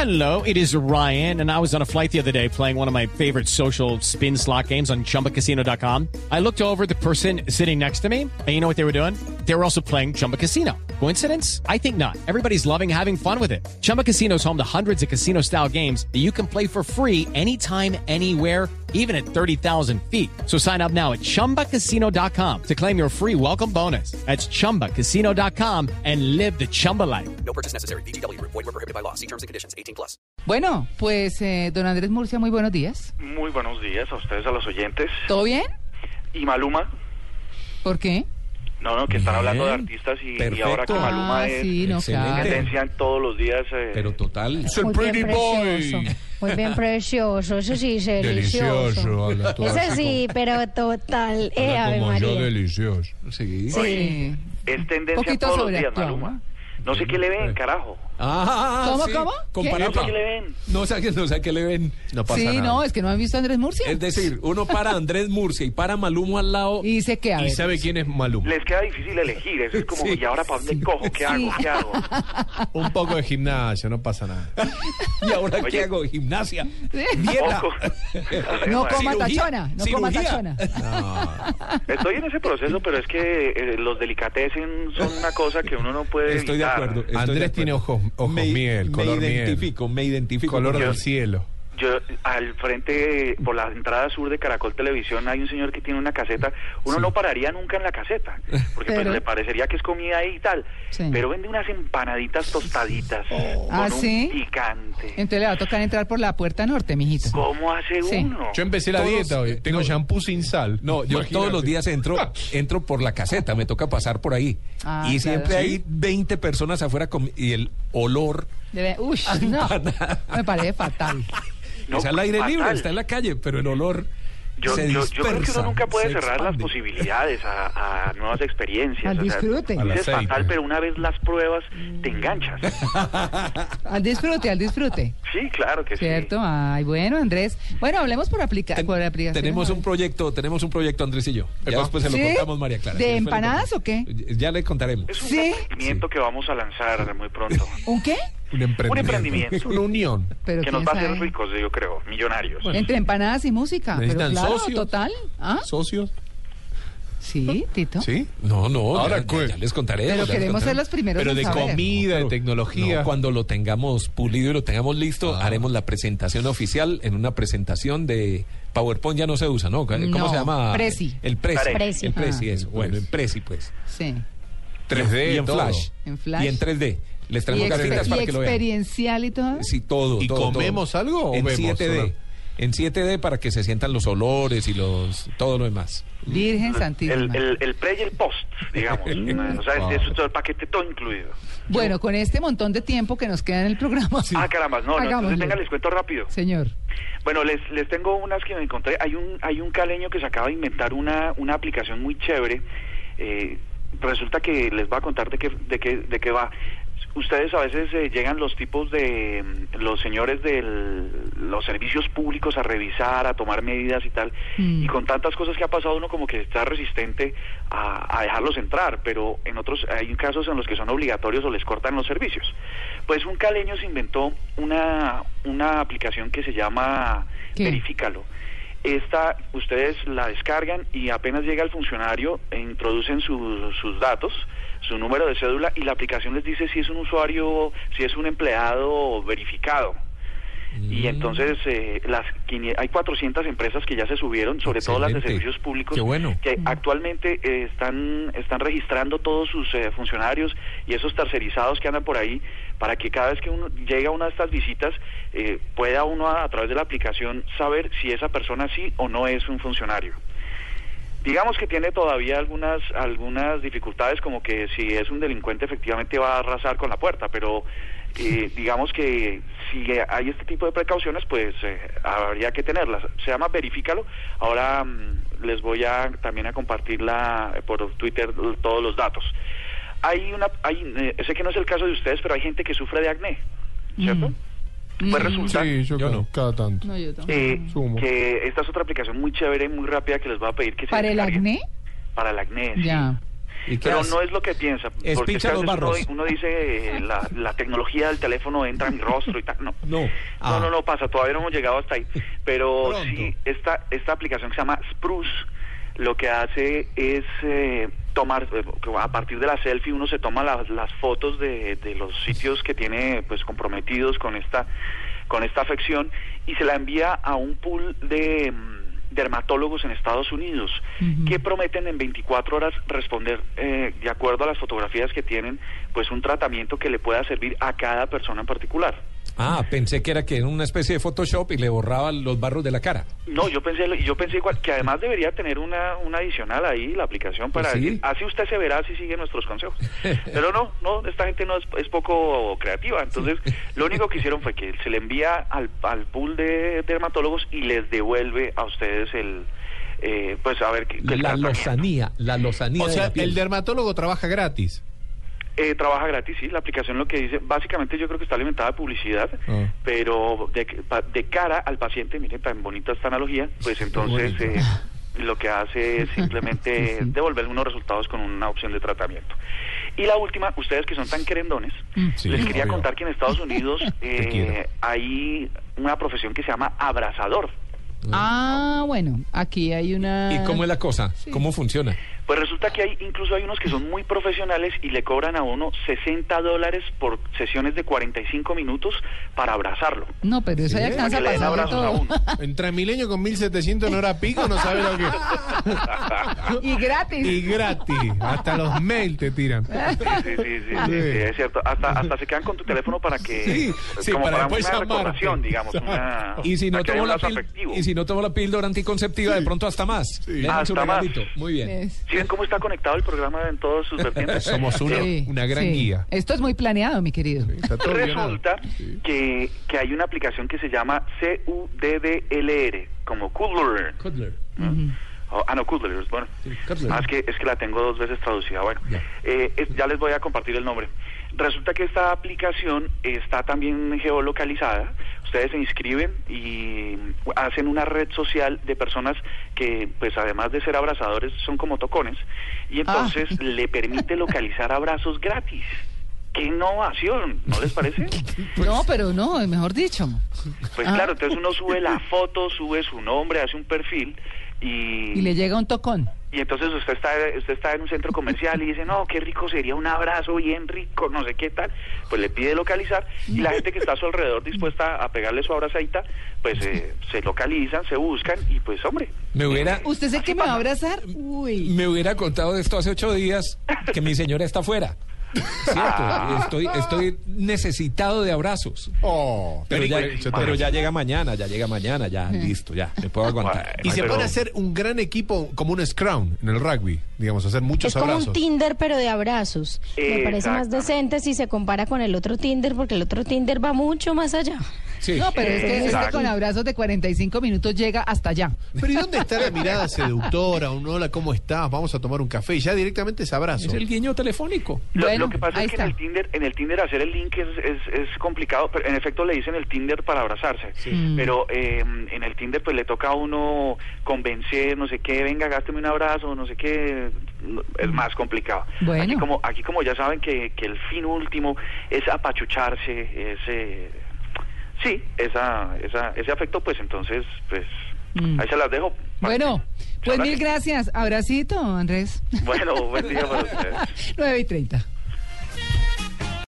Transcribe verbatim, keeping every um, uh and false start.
Hello, it is Ryan, and I was on a flight the other day playing one of my favorite social spin slot games on Chumba Casino dot com. I looked over at the person sitting next to me, and you know what they were doing? They were also playing Chumba Casino. Coincidence? I think not. Everybody's loving having fun with it. Chumba Casino is home to hundreds of casino-style games that you can play for free anytime, anywhere, even at thirty thousand feet. So sign up now at Chumba Casino dot com to claim your free welcome bonus. That's Chumba Casino dot com and live the Chumba life. No purchase necessary. V G W. Void where prohibited by law. See terms and conditions. eighteen plus. Bueno, pues eh, don Andrés Murcia, muy buenos días. Muy buenos días a ustedes, a los oyentes. ¿Todo bien? ¿Y Maluma? ¿Por qué? No, no, que están hablando de artistas y, y ahora que Maluma ah, es sí, no, claro. tendencia en todos los días. Eh, Pero total. Es el pretty boy. Muy bien precioso, eso sí es delicioso. Delicioso. Eso sí, pero total. Eh, Ave Como María. yo, delicioso. Sí. Sí. es tendencia Poquito todos los días, sobreactuado, Maluma. ¿no? No sé qué le ven, carajo. Ah, ¿Cómo, sí. cómo? Comparado No sé con- qué le ven. No sé, no sé qué le ven. No pasa Sí, nada. no, es que no han visto a Andrés Murcia. Es decir, uno para Andrés Murcia y para Maluma al lado. Y dice que a ver. ¿Y sabe quién es Maluma? Les queda difícil elegir. Eso es como, Sí, ¿y ahora para dónde cojo? ¿Qué hago? ¿Qué hago? Un poco de gimnasio, no pasa nada. ¿Y ahora Oye. qué hago? Gimnasia. Dieta. Poco. No coma Cirugía. tachona, no coma Cirugía. tachona. Estoy en ese proceso, pero es que eh, los delicatessen son una cosa que uno no puede Estoy de evitar. acuerdo. estoy Andrés de acuerdo. tiene ojos- ojos me, miel, color Me miel. identifico, me identifico. Color con- del cielo. Yo, al frente, por la entrada sur de Caracol Televisión, hay un señor que tiene una caseta. Uno Sí. no pararía nunca en la caseta, porque Pero- pues le parecería que es comida ahí y tal. Sí. Pero vende unas empanaditas tostaditas con ¿Ah, un sí? picante. Entonces le va a tocar entrar por la puerta norte, mijito. ¿Cómo hace Sí. uno? Yo empecé la Todos- dieta hoy. Tengo no. shampoo sin sal. No, yo Imagínate. todos los días entro, entro por la caseta, me toca pasar por ahí. Ah, y claro. siempre ¿Sí? hay veinte personas afuera con- y el olor Debe- Uy, no, me parece fatal. No, es al aire fatal. libre, está en la calle, pero el olor Yo, se yo, dispersa. yo creo que uno nunca puede se cerrar las expande. posibilidades a, a nuevas experiencias. Al o sea, disfrute. Al es aceite. fatal, pero una vez las pruebas, te enganchas. Al disfrute, al disfrute. Sí, claro que ¿Cierto? Ay, bueno, Andrés. Bueno, hablemos por, aplica Ten- por aplicación. tenemos un proyecto, tenemos un proyecto, Andrés y yo. Ya Epa. después se lo ¿Sí? contamos, María Clara. ¿De Ya después le empanadas contamos. o qué? Ya le contaremos. sí. Es un ¿Sí? emprendimiento que vamos a lanzar muy pronto. ¿Un qué? Un emprendimiento. Un emprendimiento. Una unión. Pero Que nos quién va a hacer sabe. ricos, yo creo, millonarios. Entre empanadas y música. Pero ¿Necesitan claro, socios? total. ¿Ah? ¿Socios? Sí, Tito. ¿Sí? No, no, Ahora, ya, ¿qué? ya les contaré. Pero ya les queremos contaré. ser los primeros Pero en de saber. comida, de tecnología. No, cuando lo tengamos pulido y lo tengamos listo, Ah. haremos la presentación oficial en una presentación de PowerPoint. Ya no se usa, ¿no? ¿Cómo No, se llama? Prezi. El Prezi. Prezi. El Prezi, Ah. eso. Bueno, en Prezi, pues. Sí. tres D, y en todo. Flash. En Flash. Y en tres D. Les Y, traemos exper- gafitas y para que lo vean. experiencial y todo. Sí, todo. ¿Y todo, comemos todo. algo o en vemos siete D. solo? En siete D para que se sientan los olores y los todo lo demás. Virgen El, Santísima. el, el pre y el post, digamos. o sea, Wow. eso es todo el paquete todo incluido. Bueno, con este montón de tiempo que nos queda en el programa. Ah, caramba, no, no, Hagámoslo. entonces venga, les cuento rápido. Señor. Bueno, les, les tengo unas que me encontré. Hay un hay un caleño que se acaba de inventar una, una aplicación muy chévere. Eh, resulta que les voy a contar de qué, de qué, de qué va. Ustedes a veces eh, llegan los tipos de mm, los señores de los servicios públicos a revisar, a tomar medidas y tal, Mm. y con tantas cosas que ha pasado uno como que está resistente a, a dejarlos entrar, pero en otros hay casos en los que son obligatorios o les cortan los servicios. Pues un caleño se inventó una una aplicación que se llama ¿Qué? Verifícalo. Esta, ustedes la descargan y apenas llega el funcionario, e introducen su- sus datos, su número de cédula, y la aplicación les dice si es un usuario, si es un empleado verificado. Y entonces eh, las quini- hay cuatrocientas empresas que ya se subieron, sobre todo las de Excelente. servicios públicos, Qué bueno. que actualmente eh, están están registrando todos sus eh, funcionarios y esos tercerizados que andan por ahí, para que cada vez que uno llega a una de estas visitas eh, pueda uno a, a través de la aplicación saber si esa persona sí o no es un funcionario. Digamos que tiene todavía algunas algunas dificultades, como que si es un delincuente efectivamente va a arrasar con la puerta, pero eh, digamos que si hay este tipo de precauciones, pues eh, habría que tenerlas. Se llama Verifícalo. Ahora mm, les voy a también a compartirla por Twitter todos los datos. Hay una, hay, eh, sé que no es el caso de ustedes, pero hay gente que sufre de acné, ¿cierto? Mm. Pues Mm. resulta Sí, yo, Yo cada, no. cada tanto. No, yo tampoco. eh, Sumo. que esta es otra aplicación muy chévere, muy rápida, que les voy a pedir que se ¿Para el descarguen. acné? Para el acné, sí. Ya. ¿Y qué pero hace? no es lo que piensa. Es porque pincha es que a los veces barros. Uno, uno dice, eh, la, la tecnología del teléfono entra en mi rostro y tal. No, No. Ah. no, no, no pasa, todavía no hemos llegado hasta ahí. Pero Pronto. sí, esta, esta aplicación que se llama Spruce, lo que hace es eh, tomar, eh, a partir de la selfie uno se toma las, las fotos de, de los sitios que tiene pues comprometidos con esta, con esta afección y se la envía a un pool de mm, dermatólogos en Estados Unidos Ujú. que prometen en veinticuatro horas responder eh, de acuerdo a las fotografías que tienen, pues un tratamiento que le pueda servir a cada persona en particular. Ah, pensé que era que era una especie de Photoshop y le borraba los barros de la cara. No, yo pensé, yo pensé igual, que además debería tener una, una adicional ahí, la aplicación, para Pues sí. decir, así usted se verá si sigue nuestros consejos. Pero no, no, esta gente no es, es poco creativa, entonces lo único que hicieron fue que se le envía al, al pool de dermatólogos y les devuelve a ustedes el, eh, pues a ver, qué qué La tratamiento. lozanía, la lozanía O de sea, la piel. el dermatólogo trabaja gratis. Eh, trabaja gratis, sí, la aplicación lo que dice, básicamente yo creo que está alimentada de publicidad, Ah. pero de, pa- de cara al paciente, miren tan bonita esta analogía, pues entonces bonito. eh, lo que hace es simplemente devolver unos resultados con una opción de tratamiento. Y la última, ustedes que son tan querendones, Sí, les quería obvio. contar que en Estados Unidos Te quiero. eh, hay una profesión que se llama abrazador. Ah, bueno, aquí hay una... ¿Y cómo es la cosa? ¿Cómo funciona? Pues resulta que hay, incluso hay unos que son muy profesionales y le cobran a uno sesenta dólares por sesiones de cuarenta y cinco minutos para abrazarlo. No, pero eso ya Sí, alcanza a para que le den pasar de abrazos a todo. uno. En Transmilenio con mil setecientos en hora pico no sabe lo que... Y gratis. Y gratis. Hasta los mails te tiran. Sí, sí, sí, sí, sí, sí, es cierto. Hasta, hasta se quedan con tu teléfono para que... Sí, sí, como para para, después una llamarte. recordación, digamos. Una, Y si no para que haya tomo un la lazo pil- afectivo. y si no tomo la píldora anticonceptiva, de pronto hasta más. Le dan su Hasta más. regalito. Muy bien. Es- ¿Sí ven cómo está conectado el programa en todos sus vertientes? Somos una, Sí, una gran sí. guía. Esto es muy planeado, mi querido. Está todo ordenado. Resulta Sí. que, que hay una aplicación que se llama C U D D L R, como Cuddler. Cutler. Oh, ah, no, Cuddler, bueno. Sí, Cuddler. Ah, es que, es que la tengo dos veces traducida. Bueno, Ya. eh, es- ya les voy a compartir el nombre. Resulta que esta aplicación está también geolocalizada. Ustedes se inscriben y hacen una red social de personas que, pues además de ser abrazadores, son como tocones. Y entonces Ah. le permite localizar abrazos gratis. ¡Qué innovación! ¿No les parece? No, pero no, mejor dicho. Pues Ah. claro, entonces uno sube la foto, sube su nombre, hace un perfil y... Y le llega un tocón. Y entonces usted está usted está en un centro comercial y dice, no, qué rico sería un abrazo bien rico, no sé qué tal. Pues le pide localizar y la gente que está a su alrededor dispuesta a pegarle su abrazadita, pues eh, se localizan, se buscan y pues hombre. Me hubiera, ¿Usted es el que me va a abrazar? Uy. me hubiera contado esto hace ocho días que mi señora está afuera. Cierto, estoy, estoy necesitado de abrazos. Oh, Pero ya, yo te- pero ya llega mañana, ya llega mañana, ya listo, ya, me puedo aguantar. Y se Pero- puede hacer un gran equipo como un scrum en el rugby, digamos, hacer muchos Es como abrazos. un Tinder, pero de abrazos. Me parece más Exactamente. decente si se compara con el otro Tinder, porque el otro Tinder va mucho más allá. Sí. No, pero es que este Exacto. con abrazos de cuarenta y cinco minutos llega hasta allá. Pero ¿y dónde está la mirada seductora? Un hola, ¿cómo estás? Vamos a tomar un café. Y ya directamente es abrazo. Es el guiño telefónico. Lo, Bueno, lo que pasa ahí es que en está. el Tinder, en el Tinder hacer el link es, es, es complicado, pero en efecto le dicen el Tinder para abrazarse. Mm. Pero eh, en el Tinder pues le toca a uno convencer, no sé qué, venga, gásteme un abrazo, no sé qué, no- es más complicado. Bueno. Aquí como, aquí como ya saben que, que el fin último es apachucharse, es eh, sí, esa, esa, ese afecto, pues entonces, pues Mm. ahí se las dejo. Bueno, pues Muchas mil gracias. Abracito, Andrés. Bueno, buen día para ustedes. nueve y treinta.